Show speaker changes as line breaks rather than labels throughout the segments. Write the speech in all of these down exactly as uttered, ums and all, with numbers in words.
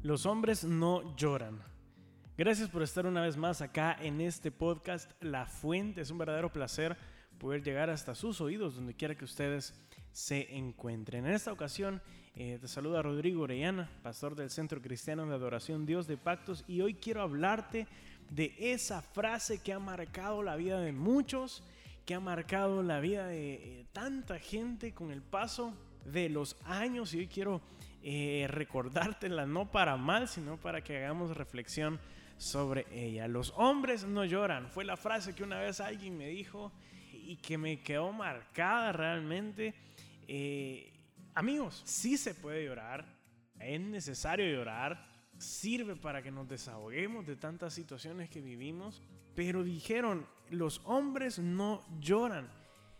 Los hombres no lloran. Gracias por estar una vez más acá en este podcast La Fuente. Es un verdadero placer poder llegar hasta sus oídos donde quiera que ustedes se encuentren. En esta ocasión eh, te saluda Rodrigo Orellana, pastor del Centro Cristiano de Adoración Dios de Pactos, y hoy quiero hablarte de esa frase que ha marcado la vida de muchos, que ha marcado la vida de eh, tanta gente con el paso de los años, y hoy quiero eh, recordártela no para mal, sino para que hagamos reflexión sobre ella. Los hombres no lloran, fue la frase que una vez alguien me dijo y que me quedó marcada realmente. Eh, amigos, sí se puede llorar, es necesario llorar, sirve para que nos desahoguemos de tantas situaciones que vivimos, pero dijeron, los hombres no lloran.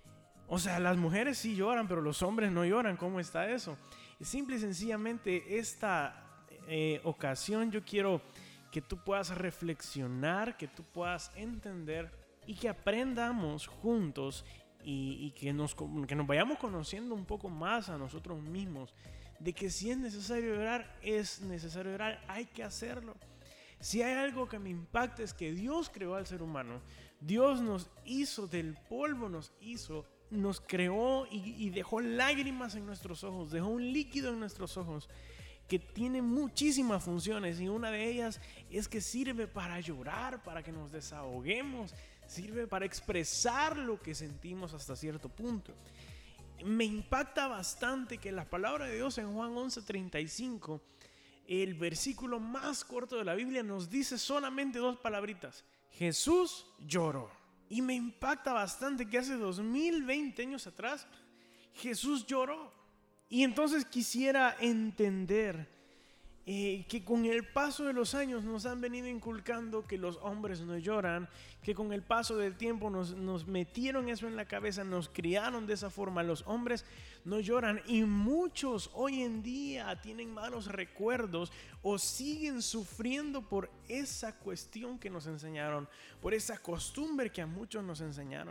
O sea, las mujeres sí lloran, pero los hombres no lloran. ¿Cómo está eso? Y simple y sencillamente esta eh, ocasión yo quiero que tú puedas reflexionar, que tú puedas entender y que aprendamos juntos y, y que, nos, que nos vayamos conociendo un poco más a nosotros mismos, de que si es necesario llorar, es necesario llorar, hay que hacerlo. Si hay algo que me impacta es que Dios creó al ser humano, Dios nos hizo del polvo, nos hizo, nos creó y, y dejó lágrimas en nuestros ojos, dejó un líquido en nuestros ojos que tiene muchísimas funciones, y una de ellas es que sirve para llorar, para que nos desahoguemos, sirve para expresar lo que sentimos hasta cierto punto. Me impacta bastante que la palabra de Dios en Juan once treinta y cinco, el versículo más corto de la Biblia, nos dice solamente dos palabritas: Jesús lloró. Y me impacta bastante que hace dos mil veinte años atrás Jesús lloró. Y entonces quisiera entender eh, que con el paso de los años nos han venido inculcando que los hombres no lloran, que con el paso del tiempo nos, nos metieron eso en la cabeza, nos criaron de esa forma, los hombres no lloran, y muchos hoy en día tienen malos recuerdos o siguen sufriendo por esa cuestión que nos enseñaron, por esa costumbre que a muchos nos enseñaron.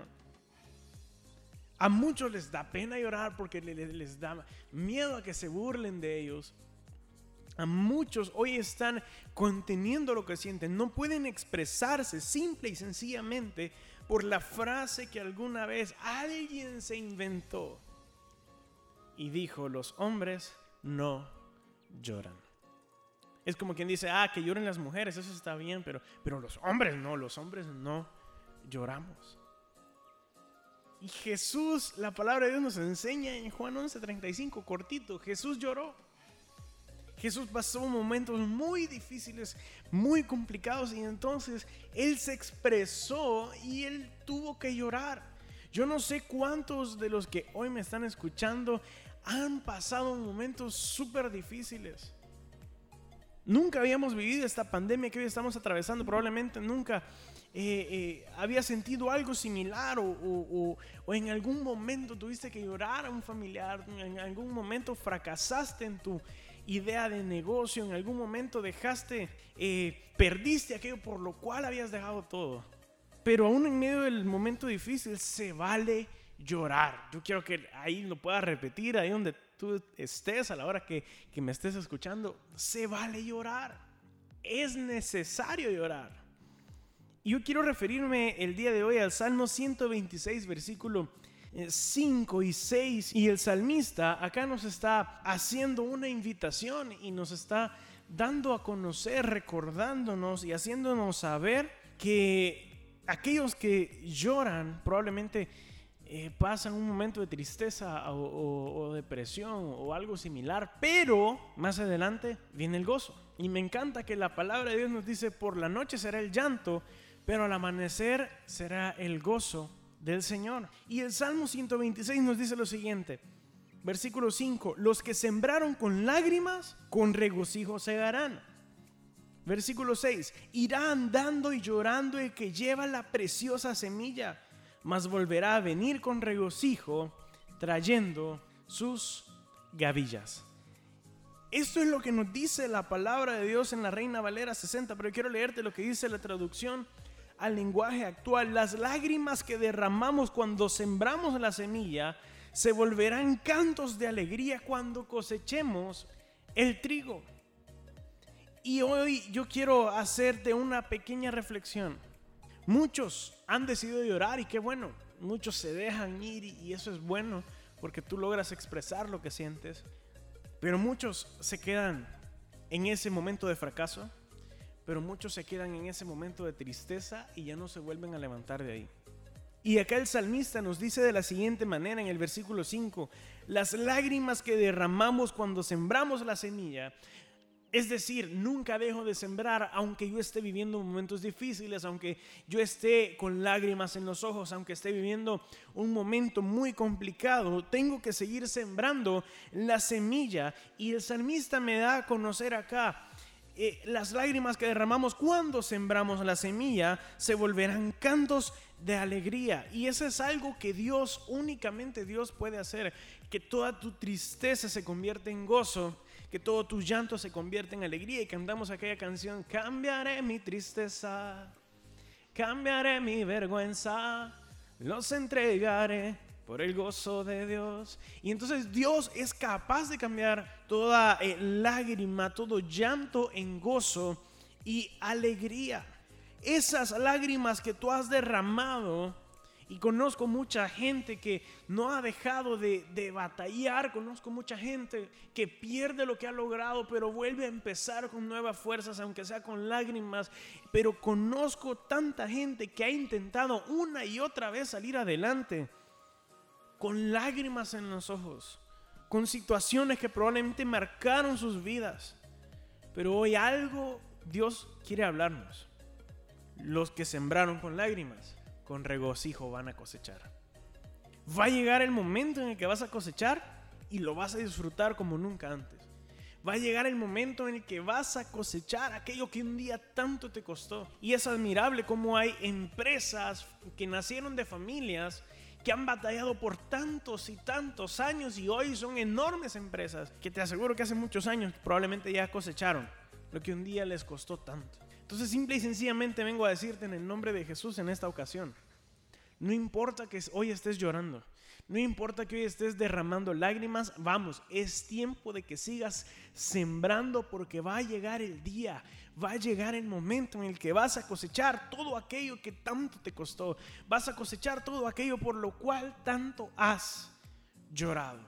A muchos les da pena llorar porque les, les da miedo a que se burlen de ellos. A muchos hoy están conteniendo lo que sienten, no pueden expresarse simple y sencillamente por la frase que alguna vez alguien se inventó y dijo: los hombres no lloran. Es como quien dice, ah, que lloren las mujeres, eso está bien, pero, pero los hombres no, los hombres no lloramos. Y Jesús, la palabra de Dios nos enseña en Juan once treinta y cinco, cortito, Jesús lloró. Jesús pasó momentos muy difíciles, muy complicados, y entonces Él se expresó y Él tuvo que llorar. Yo no sé cuántos de los que hoy me están escuchando han pasado momentos súper difíciles. Nunca habíamos vivido esta pandemia que hoy estamos atravesando, probablemente nunca eh, eh, había sentido algo similar, o, o, o, o en algún momento tuviste que llorar a un familiar, en algún momento fracasaste en tu idea de negocio, en algún momento dejaste, eh, perdiste aquello por lo cual habías dejado todo. Pero aún en medio del momento difícil se vale llorar. Yo quiero que ahí lo puedas repetir, ahí donde tú estés, a la hora que, que me estés escuchando, se vale llorar. Es necesario llorar. Y yo quiero referirme el día de hoy al Salmo ciento veintiséis, versículo cinco y seis, y el salmista acá nos está haciendo una invitación y nos está dando a conocer, recordándonos y haciéndonos saber que aquellos que lloran probablemente eh, pasan un momento de tristeza o, o, o depresión o algo similar, pero más adelante viene el gozo. Y me encanta que la palabra de Dios nos dice: por la noche será el llanto, pero al amanecer será el gozo del Señor. Y el Salmo ciento veintiséis nos dice lo siguiente, versículo cinco: los que sembraron con lágrimas, con regocijo segarán. Versículo seis: irá andando y llorando el que lleva la preciosa semilla, mas volverá a venir con regocijo, trayendo sus gavillas. Esto es lo que nos dice la palabra de Dios en la Reina Valera sesenta, pero quiero leerte lo que dice la traducción al lenguaje actual. Las lágrimas que derramamos cuando sembramos la semilla se volverán cantos de alegría cuando cosechemos el trigo. Y hoy yo quiero hacerte una pequeña reflexión. Muchos han decidido llorar y qué bueno. Muchos se dejan ir y eso es bueno porque tú logras expresar lo que sientes. Pero muchos se quedan en ese momento de fracaso. Pero muchos se quedan en ese momento de tristeza y ya no se vuelven a levantar de ahí. Y acá el salmista nos dice de la siguiente manera en el versículo cinco: las lágrimas que derramamos cuando sembramos la semilla, es decir, nunca dejo de sembrar aunque yo esté viviendo momentos difíciles, aunque yo esté con lágrimas en los ojos, aunque esté viviendo un momento muy complicado, tengo que seguir sembrando la semilla. Y el salmista me da a conocer acá Eh, las lágrimas que derramamos cuando sembramos la semilla se volverán cantos de alegría. Y eso es algo que Dios, únicamente Dios puede hacer, que toda tu tristeza se convierta en gozo, que todo tu llanto se convierta en alegría. Y cantamos aquella canción: cambiaré mi tristeza, cambiaré mi vergüenza, los entregaré por el gozo de Dios. Y entonces Dios es capaz de cambiar toda eh, lágrima, todo llanto en gozo y alegría. Esas lágrimas que tú has derramado, y conozco mucha gente que no ha dejado de, de batallar, conozco mucha gente que pierde lo que ha logrado, pero vuelve a empezar con nuevas fuerzas, aunque sea con lágrimas. Pero conozco tanta gente que ha intentado una y otra vez salir adelante, con lágrimas en los ojos, con situaciones que probablemente marcaron sus vidas. Pero hoy algo Dios quiere hablarnos. Los que sembraron con lágrimas, con regocijo van a cosechar. Va a llegar el momento en el que vas a cosechar y lo vas a disfrutar como nunca antes. Va a llegar el momento en el que vas a cosechar aquello que un día tanto te costó. Y es admirable cómo hay empresas que nacieron de familias que han batallado por tantos y tantos años y hoy son enormes empresas que te aseguro que hace muchos años probablemente ya cosecharon lo que un día les costó tanto. Entonces, simple y sencillamente vengo a decirte en el nombre de Jesús en esta ocasión: no importa que hoy estés llorando, no importa que hoy estés derramando lágrimas, vamos, es tiempo de que sigas sembrando, porque va a llegar el día, va a llegar el momento en el que vas a cosechar todo aquello que tanto te costó, vas a cosechar todo aquello por lo cual tanto has llorado.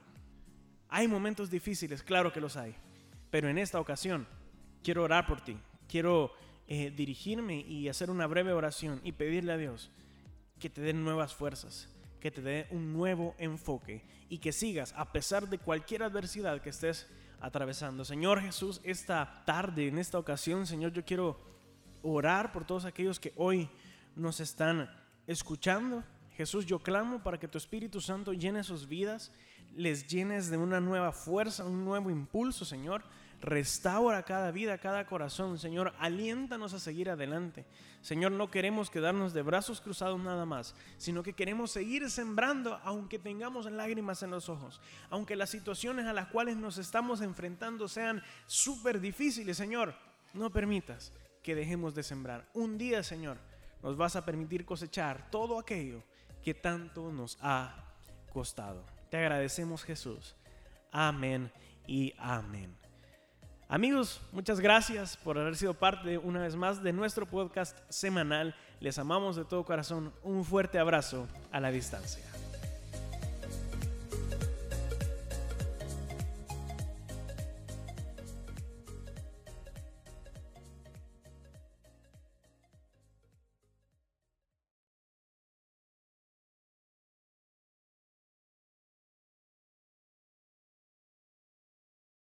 Hay momentos difíciles, claro que los hay, pero en esta ocasión quiero orar por ti, quiero eh, dirigirme y hacer una breve oración y pedirle a Dios que te dé nuevas fuerzas, que te dé un nuevo enfoque y que sigas a pesar de cualquier adversidad que estés atravesando. Señor Jesús, esta tarde, en esta ocasión, Señor, yo quiero orar por todos aquellos que hoy nos están escuchando. Jesús, yo clamo para que tu Espíritu Santo llene sus vidas, les llenes de una nueva fuerza, un nuevo impulso, Señor. Restaura cada vida, cada corazón, Señor. Aliéntanos a seguir adelante. Señor, no queremos quedarnos de brazos cruzados nada más, sino que queremos seguir sembrando aunque tengamos lágrimas en los ojos, aunque las situaciones a las cuales nos estamos enfrentando sean súper difíciles. Señor, no permitas que dejemos de sembrar. Un día, Señor, nos vas a permitir cosechar todo aquello que tanto nos ha costado. Te agradecemos, Jesús. Amén y amén. Amigos, muchas gracias por haber sido parte una vez más de nuestro podcast semanal. Les amamos de todo corazón. Un fuerte abrazo a la distancia.